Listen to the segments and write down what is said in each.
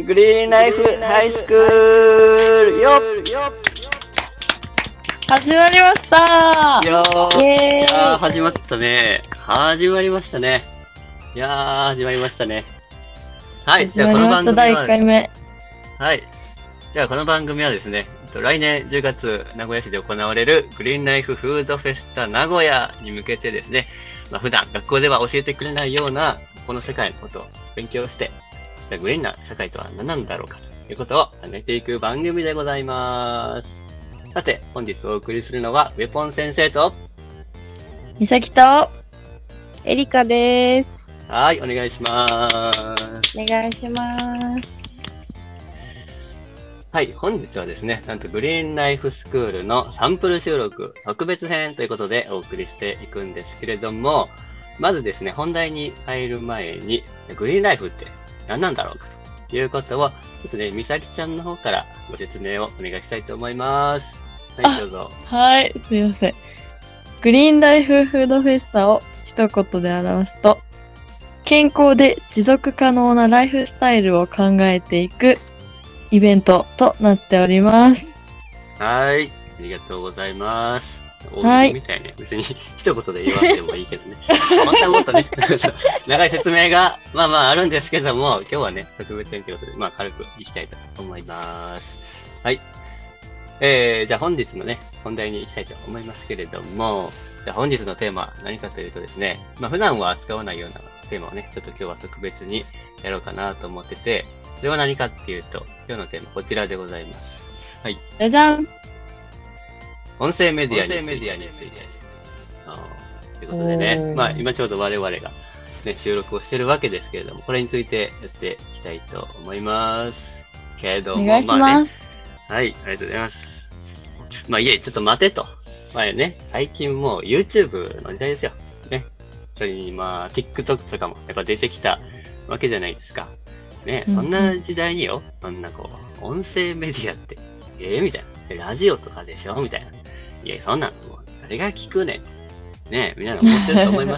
グリーンライフハイスクールよっ始まりましたよイエーイ始まったね。始まりましたね。いやー、始まりましたね。はい、 始まりました、第1回目。 はい。じゃあ、この番組はですね、来年10月、名古屋市で行われるグリーンライフフードフェスタ名古屋に向けてですね、普段学校では教えてくれないような、この世界のことを勉強して、グリーンな社会とは何なんだろうかということを考えていく番組でございます。さて、本日お送りするのは、ウェポン先生と、 みさきと、 エリカです。 はい、お願いします。 お願いします。 はい、本日はですね、なんとグリーンライフスクールのサンプル収録特別編ということでお送りしていくんですけれども、まずですね、本題に入る前に、グリーンライフって何なんだろうかということを、ちょっとね、みさきちゃんの方からご説明をお願いしたいと思います。はい、どうぞ。 はい、すいません。グリーンライフフードフェスタを一言で表すと、健康で持続可能なライフスタイルを考えていくイベントとなっております。 はい、ありがとうございます。 はい。 みたいね。別に一言で言わなくてもいいけどね。もっとね、長い説明があるんですけども、今日はね、特別編ということで、軽くいきたいと思います。はい。じゃあ本日のね、本題に行きたいと思いますけれども、じゃあ本日のテーマは何かというとですね、普段は扱わないようなテーマをね、ちょっと今日は特別にやろうかなと思ってて、それは何かっていうと、今日のテーマこちらでございます。はい。 じゃじゃん。 音声メディアについて。ということでね、今ちょうど我々が、ね、収録をしてるわけですけれども、これについてやっていきたいと思います。けれども、 お願いします。 はい、ありがとうございます。いえ、ちょっと待てと。ね、最近もう YouTube の時代ですよ。ね。それにTikTok とかもやっぱ出てきたわけじゃないですか。ね、そんな時代によ、そんな音声メディアって、みたいな。ラジオとかでしょみたいな。いや、そんなのもう、誰が聞くねん。ね、みんなが思ってると思います。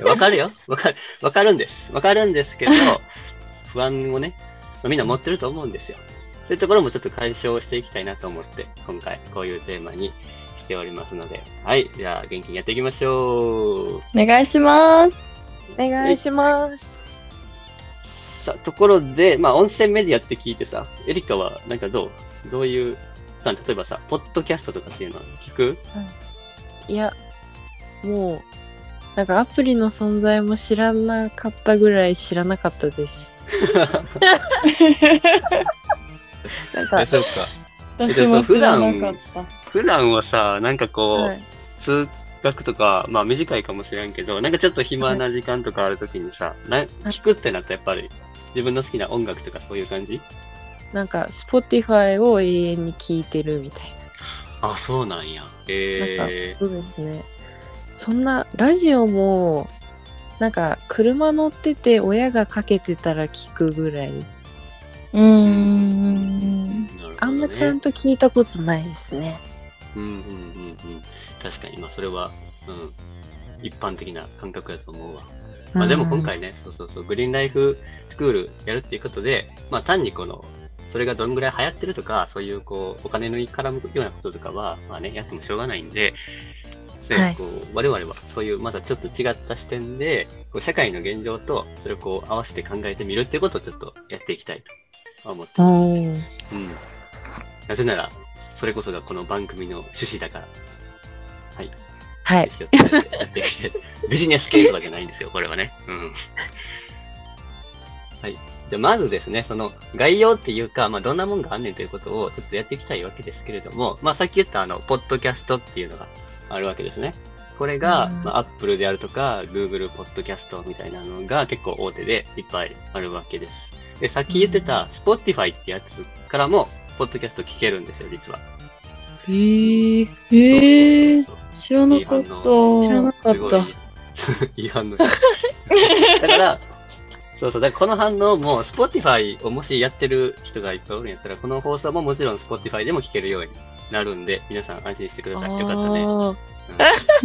わかるよ。わかるんです。わかるんですけど、不安をね、みんな持ってると思うんですよ。そういうところもちょっと解消していきたいなと思って、今回こういうテーマにしておりますので、はい、じゃあ元気にやっていきましょう。 お願いします。 お願いします。 さあ、ところで、音声メディアって聞いてさ、エリカはなんかどういう、例えばさ、ポッドキャストとかっていうのは聞く？ いや、もう、なんかアプリの存在も知らなかったぐらい知らなかったです。 なんか、そうか。 私も知らなかった。 普段はさ、なんか通学とか、短いかもしれんけど、なんかちょっと暇な時間とかあるときにさ、聞くってなったらやっぱり自分の好きな音楽とかそういう感じ？ なんか、Spotify を永遠に聴いてるみたいな。あ、そうなんや。 なんか、そうですね。そんな、ラジオも、なんか、車乗ってて親がかけてたら聞くぐらい。あんまちゃんと聞いたことないですね。 確かに、それは、一般的な感覚だと思うわ。でも今回ね、そう、グリーンライフスクールやるっていうことで、単にそれがどんぐらい流行ってるとか、そういうお金に絡むようなこととかは、やってもしょうがないんで、我々はそういうまたちょっと違った視点で、社会の現状とそれを合わせて考えてみるっていうことをちょっとやっていきたいと思ってます。なぜなら、それこそがこの番組の趣旨だから。はい。 はい。 やってきて、ビジネス系とかじゃないんですよ、これはね。はい。じゃあまずですね、その概要っていうか、どんなもんがあんねんということをちょっとやっていきたいわけですけれども、さっき言ったポッドキャストっていうのがあるわけですね。これが、Apple であるとか、Google ポッドキャストみたいなのが結構大手でいっぱいあるわけです。で、さっき言ってた Spotify ってやつからも、ポッドキャスト聞けるんですよ、実は。 知らなかった。 知らなかった。 いい反応。だから、だからこの反応も Spotify をもしやってる人がいっぱいおるんやったら、この放送ももちろん Spotify でも聞けるようになるんで、皆さん安心してください。よかった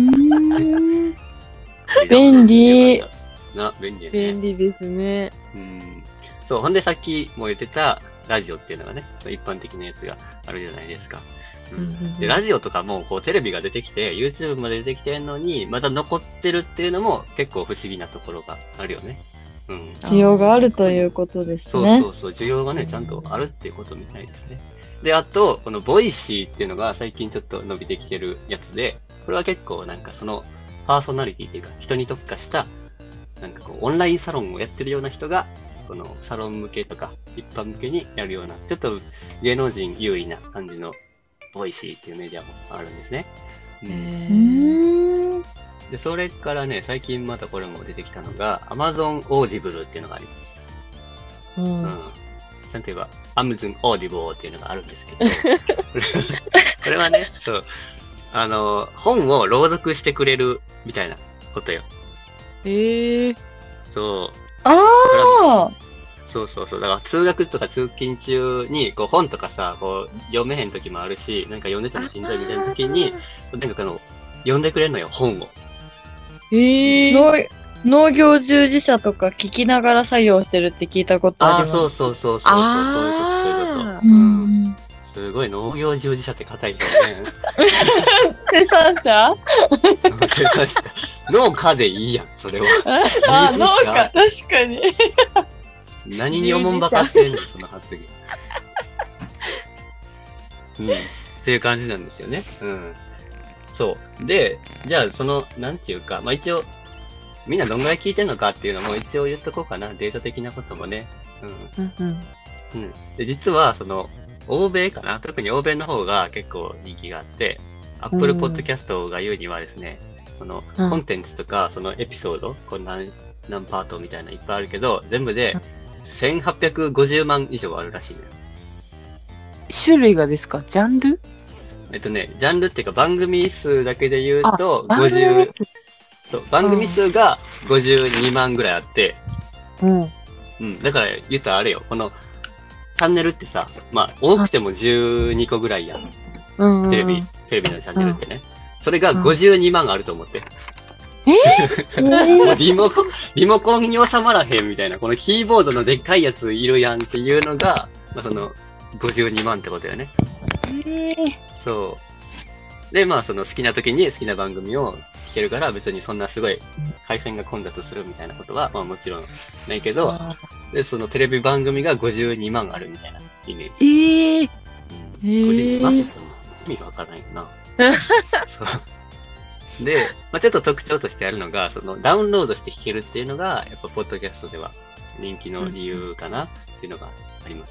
ね。 便利。 便利ね。 便利ですね。 そう、ほんでさっきも言ってたラジオっていうのがね、一般的なやつがあるじゃないですか。で、ラジオとかも、こう、テレビが出てきて、YouTube まで出てきてるのに、また残ってるっていうのも結構不思議なところがあるよね。うん。 需要があるということですそうね。 そうそう、需要がね、ちゃんとあるっていうことみたいですね。で、あと、このボイシーっていうのが最近ちょっと伸びてきてるやつで、これは結構なんかその、パーソナリティっていうか、人に特化した、なんかこう、オンラインサロンをやってるような人が、このサロン向けとか、一般向けにやるような、ちょっと芸能人優位な感じの、ボイシーっていうメディアもあるんですね。で、それからね、最近またこれも出てきたのが、Amazon Audible っていうのがあります。ちゃんと言えば、Amazon Audible っていうのがあるんですけど、これはね、そう、本を朗読してくれるみたいなことよ。そう。 ああそうそうそう。だから通学とか通勤中に、こう本とかさ、こう読めへん時もあるし、なんか読んでてもしんどいみたいな時に、なんか読んでくれんのよ、本を。 農業従事者とか聞きながら作業してるって聞いたことあります。 そうそうそうそう。そういうこと。すごい農業従事者って硬い人ね。 生産者農家でいいやん、それは。 農家、確かに。 何におもんばかってんの、その発言。っていう感じなんですよね。そう。で、じゃあなんていうか、まあ一応、みんなどんぐらい聞いてんのかっていうのも一応言っとこうかな。データ的なこともね。で、実は、欧米かな、特に欧米の方が結構人気があって、Apple Podcast が言うにはですね、コンテンツとか、エピソード、こう何パートみたいなのいっぱいあるけど、全部で1850万以上あるらしいのよ。 種類がですか？ジャンル？ ジャンルっていうか番組数だけで言うと、そう、番組数が52万ぐらいあって、だから言ったらあれよ、この、チャンネルってさ、まあ、多くても12個ぐらいやん。テレビのチャンネルってね。それが52万あると思って。もうリモコンに収まらへんみたいな、このキーボードのでっかいやついるやんっていうのが、まあ、52万ってことよね。そう。で、まあ、好きな時に好きな番組を聞けるから、別にそんなすごい回線が混雑するみたいなことは、まあもちろんないけど、で、テレビ番組が52万あるみたいなイメージ。これ、マジで意味がわからないよな。そうで、まあちょっと特徴としてあるのが、ダウンロードして聞けるっていうのが、やっぱ、ポッドキャストでは人気の理由かなっていうのがあります。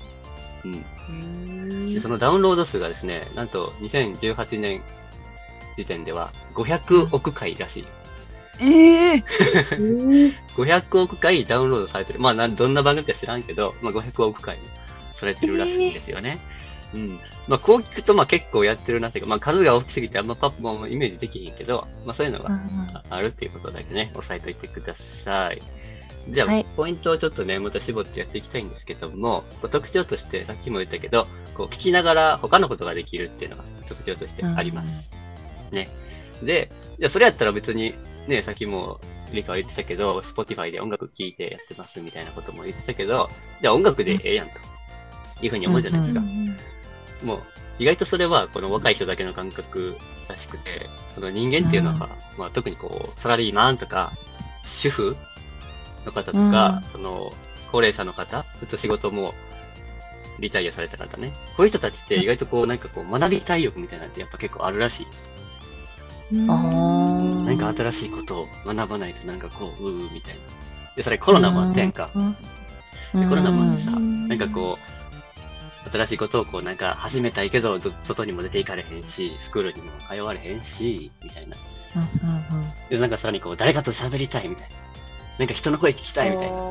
でそのダウンロード数がですね、なんと2018年時点では500億回らしい。500億回ダウンロードされてる。まあ、どんな番組か知らんけど、まあ、500億回されてるらしいんですよね。まあ、こう聞くと、まあ、結構やってるなっていうか、まあ、数が大きすぎてあんまもイメージできへんけど、まあ、そういうのがあるっていうことだけね、押さえといてください。じゃあ、ポイントをちょっとね、また絞ってやっていきたいんですけども、特徴として、さっきも言ったけど、こう、聞きながら他のことができるっていうのが特徴としてあります。ね。で、じゃあそれやったら別に、ね、さっきもリカは言ってたけど、Spotify で音楽聴いてやってますみたいなことも言ってたけど、じゃあ音楽でええやんというふうに思うじゃないですか。もう、意外とそれはこの若い人だけの感覚らしくて、人間っていうのは、まあ特にこう、サラリーマンとか、主婦の方とか、高齢者の方、ずっと仕事もリタイアされた方ね。こういう人たちって意外とこう、なんかこう、学びたい欲みたいなのってやっぱ結構あるらしい。なんか新しいことを学ばないとなんかこう、みたいな。で、それコロナもあってんか。で、コロナもあってさ、なんかこう、新しいことをこうなんか始めたいけど、外にも出ていかれへんし、スクールにも通われへんし、みたいな。で、なんかさらにこう、誰かと喋りたいみたいな。なんか人の声聞きたいみたいな。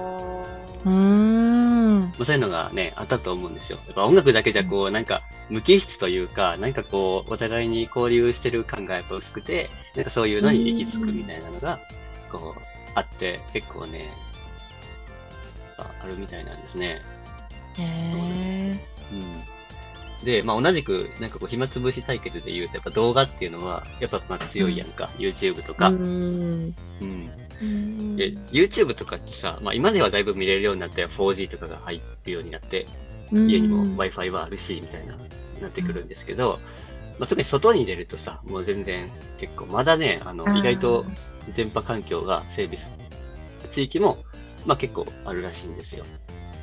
そういうのがね、あったと思うんですよ。やっぱ音楽だけじゃこう、なんか無機質というか、なんかこう、お互いに交流してる感がやっぱ薄くて、なんかそういうのに行き着くみたいなのが、こう、あって、結構ね、あるみたいなんですね。 で、まあ同じく、なんかこう、暇つぶし対決で言うと、やっぱ動画っていうのは、やっぱまあ強いやんか。YouTube とか。うん。で、YouTube とかってさ、まあ今ではだいぶ見れるようになって、4G とかが入るようになって、家にも Wi-Fi はあるし、みたいな、なってくるんですけど、まあ特に外に出るとさ、もう全然結構、まだね、意外と電波環境が整備する地域も、まあ結構あるらしいんですよ。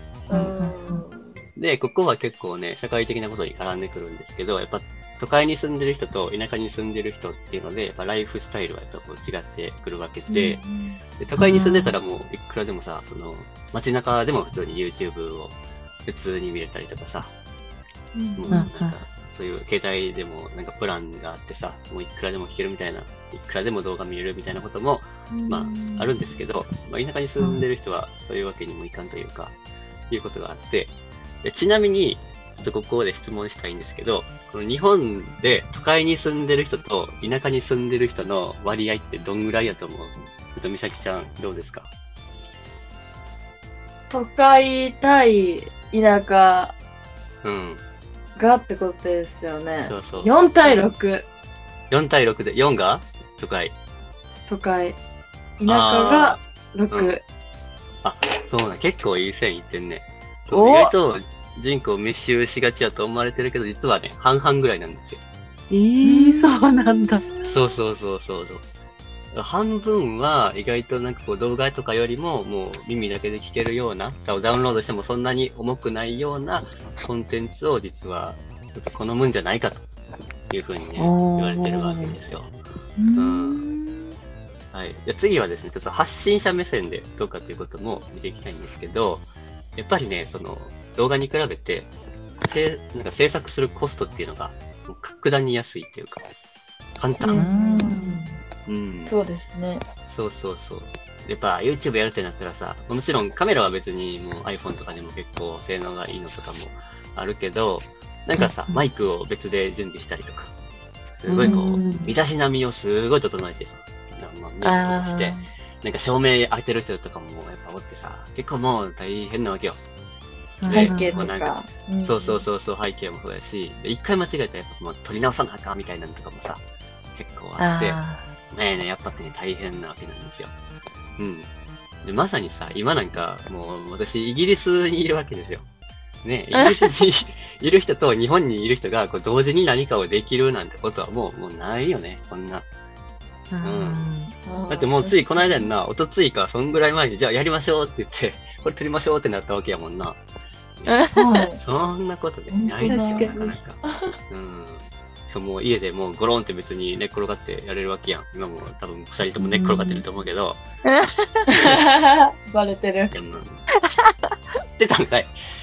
で、ここは結構ね、社会的なことに絡んでくるんですけど、やっぱ都会に住んでる人と田舎に住んでる人っていうので、やっぱライフスタイルはやっぱこう違ってくるわけで、で都会に住んでたらもういくらでもさ、その街中でも普通に YouTube を普通に見れたりとかさ、もうなんかそういう携帯でもなんかプランがあってさ、もういくらでも聞けるみたいな、いくらでも動画見れるみたいなことも、まああるんですけど、まあ田舎に住んでる人はそういうわけにもいかんというか、いうことがあって、でちなみに、ちょっとここで質問したいんですけど、この日本で都会に住んでる人と田舎に住んでる人の割合ってどんぐらいやと思う？ちょっと美咲ちゃんどうですか？ 都会対田舎うん。 がってことですよね。 そうそう。 4対6。 4対6で、4が都会。 都会。田舎が6。 そうな、結構いい線いってんね。 お意外と人口密集しがちやと思われてるけど、実はね、半々ぐらいなんですよ。 そうなんだ。 そうそうそうそう。半分は意外となんかこう動画とかよりももう耳だけで聞けるような、ダウンロードしてもそんなに重くないようなコンテンツを実はちょっと好むんじゃないかというふうにね、言われてるわけですよ。はい。じゃあ次はですね、ちょっと発信者目線でどうかということも見ていきたいんですけど、やっぱりね、その動画に比べて、なんか制作するコストっていうのが格段に安いっていうか、簡単。 そうですね。 そうそうそう。やっぱ YouTube やるってなったらさ、もちろんカメラは別にもう iPhone とかでも結構性能がいいのとかもあるけど、なんかさ、マイクを別で準備したりとか、すごいこう、身だしなみをすごい整えてさ、まあ、メイクとかして、なんか照明当てる人とかもやっぱおってさ、結構もう大変なわけよ。 背景となんか。 そうそうそうそう、背景もそうやし、一回間違えたらやっぱもう撮り直さなあかんみたいなのとかもさ、結構あって、やっぱね、大変なわけなんですよ。で、まさにさ、今なんか、もう私、イギリスにいるわけですよ。ね、イギリスにいる人と日本にいる人がこう同時に何かをできるなんてことはもうないよね、こんな。だってもうついこの間やんな、おとついか、そんぐらい前に、じゃあやりましょうって言って、これ撮りましょうってなったわけやもんな。そんなことでないですよ、なかなか。もう家でもうゴロンって別に寝っ転がってやれるわけやん。今も多分二人とも寝っ転がってると思うけど。 バレてる。 ってたんかい。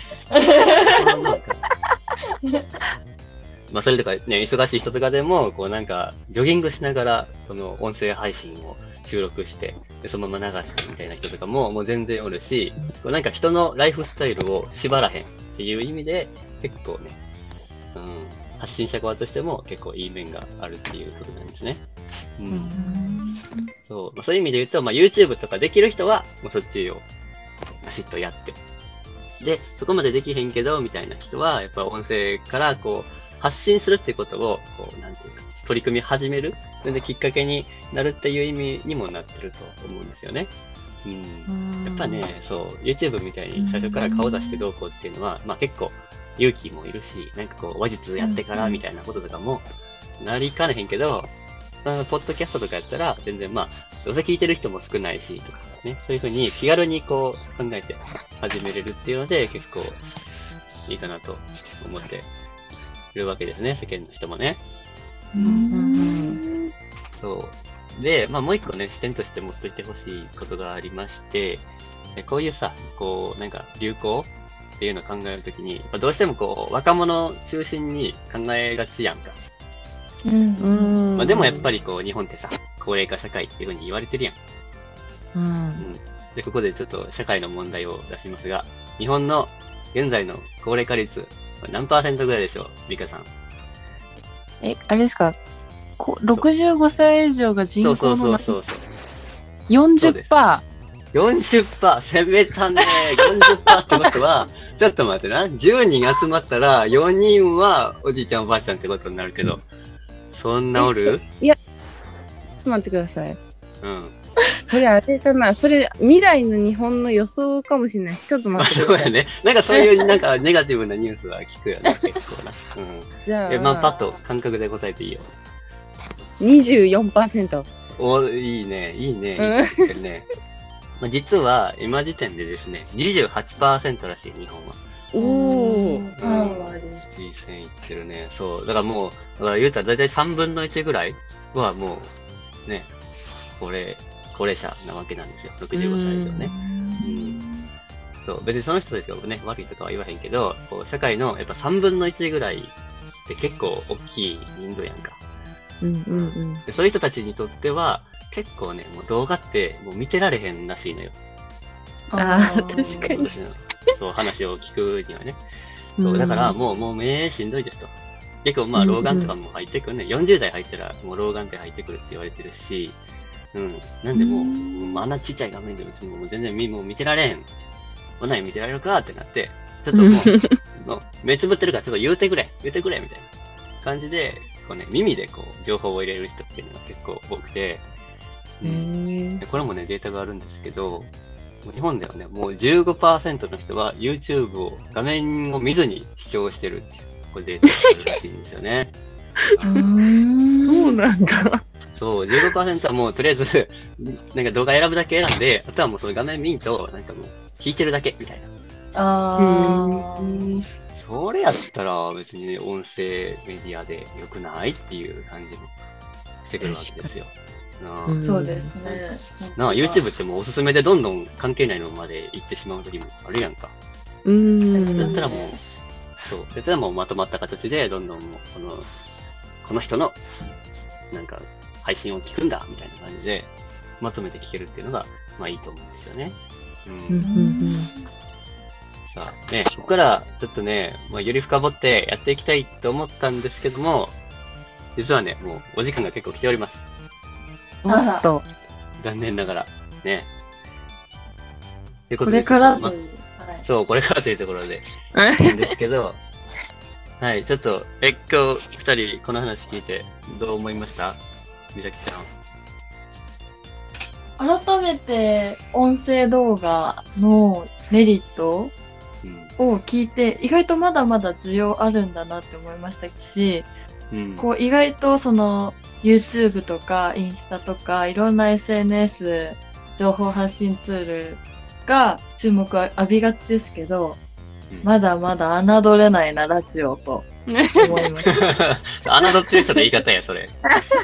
まあそれとかね、忙しい人とかでも、こうなんか、ジョギングしながら、その音声配信を収録して、でそのまま流してみたいな人とかも、もう全然おるし、こうなんか人のライフスタイルを縛らへんっていう意味で、結構ね、発信者側としても結構いい面があるっていうことなんですね。そう。まあ、そういう意味で言うと、まあ、YouTube とかできる人は、もうそっちを、バシッとやって。で、そこまでできへんけど、みたいな人は、やっぱ音声からこう、発信するってことを、こう、なんていうか、取り組み始める。それできっかけになるっていう意味にもなってると思うんですよね。やっぱね、そう、YouTube みたいに最初から顔出してどうこうっていうのは、まあ結構、勇気もいるし、なんかこう、話術やってからみたいなこととかも、なりかねへんけど、ポッドキャストとかやったら、全然まあ、どうせ聞いてる人も少ないし、とかね、そういう風に気軽にこう、考えて始めれるっていうので、結構、いいかなと思っているわけですね、世間の人もね。そう。で、まあもう一個ね、視点として持っといてほしいことがありまして、こういうさ、こう、なんか流行っていうのを考えるときに、どうしてもこう、若者中心に考えがちやんか。まあでもやっぱりこう、日本ってさ、高齢化社会っていう風に言われてるやん。で、ここでちょっと社会の問題を出しますが、日本の現在の高齢化率、何%ぐらいでしょう、リカさん。 あれですか、65歳以上が人口のそう。 40%。 40%、攻めたね。40%ってことは、ちょっと待ってな。10人集まったら、4人はおじいちゃんおばあちゃんってことになるけど、そんなおる？ ちょっと待ってください。 うん。 これあれかな、それ未来の日本の予想かもしれない。ちょっと待ってください。 そうやね。なんかそういうなんかネガティブなニュースは聞くよね、結構な。 じゃあ、 まあパッと感覚で答えていいよ。 24%。 お、いいね、いいね。 うんいいってね。まあ、実は今時点でですね、28% らしい、日本は。 おー。 3割。 いい線いってるね。そう。だからもう、だから言うたら大体3分の1ぐらいはもう、ね、高齢者なわけなんですよ。65歳以上ね。うんそう。別にその人たちがね、悪いとかは言わへんけど、こう、社会のやっぱ3分の1ぐらいって結構大きい人数やんか。 うんうんうん。 でそういう人たちにとっては、結構ね、もう動画ってもう見てられへんらしいのよ。 ああ、確かに。 私のそう、話を聞くにはね。そう、だからもう目しんどいですと。結構まあ老眼とかも入ってくるね。40代入ったらもう老眼って入ってくるって言われてるし、なんでもうあんなちっちゃい画面でもう全然もう見てられへん。こんなん見てられるかってなって、ちょっともう目つぶってるからちょっと言うてくれみたいな感じで、こうね、耳でこう情報を入れる人っていうのが結構多くて、でこれもね、データがあるんですけど、日本ではね、もう 15% の人は YouTube を画面を見ずに視聴してるっていう、これデータがあるらしいんですよね。 そうなんだ。 そう、15% はもうとりあえず、なんか動画選ぶだけ選んで、あとはもうその画面見んと、なんかもう聞いてるだけみたいな。それやったら別に音声メディアで良くないっていう感じもしてくるわけですよ。 そうですね。 なあ、YouTube ってもうおすすめでどんどん関係ないのまで行ってしまう時もあるやんか。だったらもう、そう。だったらもうまとまった形で、どんどんもう、この人の、なんか、配信を聞くんだ、みたいな感じで、まとめて聞けるっていうのが、まあいいと思うんですよね。さあ、ね、ここからちょっとね、まあ、より深掘ってやっていきたいと思ったんですけども、実はね、もうお時間が結構来ております。 おっと。 残念ながら。ね。 これからという。 そう、これからというところで。なんですけど、はい、ちょっと、今日二人この話聞いてどう思いました？みさきちゃん。 改めて音声動画のメリットを聞いて、意外とまだまだ需要あるんだなって思いましたし、こう意外とその YouTube とかインスタとかいろんな SNS 情報発信ツールが注目を浴びがちですけど、まだまだ侮れないなラジオと思います。 侮ってる人の言い方や、それ。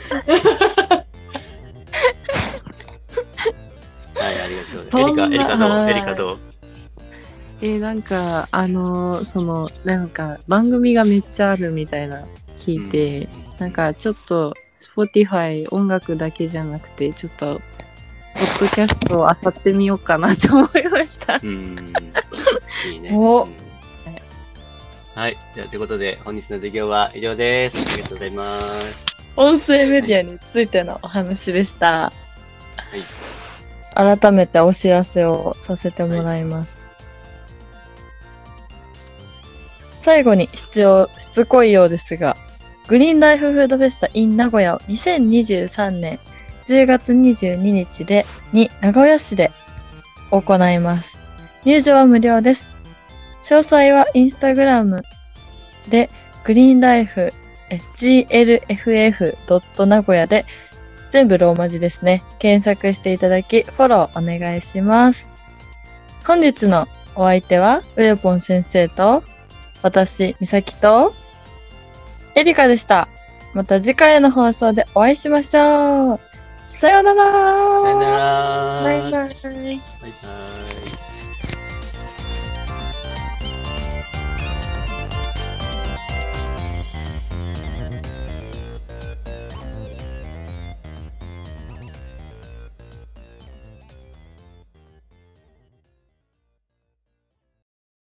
はい、ありがとう。エリカどう？ なんか、なんか、番組がめっちゃあるみたいな聞いて、なんか、ちょっと、Spotify 音楽だけじゃなくて、ちょっと、ポッドキャストを漁ってみようかなと思いました。 いいね。はい。じゃあ、ということで、本日の授業は以上です。ありがとうございます。 音声メディアについてのお話でした。 はい。 改めてお知らせをさせてもらいます。最後にしつこいようですが、グリーンライフフードフェスタ in 名古屋を2023年10月22日に名古屋市で行います。入場は無料です。詳細はインスタグラムでグリーンライフ glff. 名古屋で全部ローマ字ですね。検索していただきフォローお願いします。本日のお相手はウヨポン先生と私、みさきとエリカでした。また次回の放送でお会いしましょう。さようなら。 さようなら。 バイバイ。 バイバイ。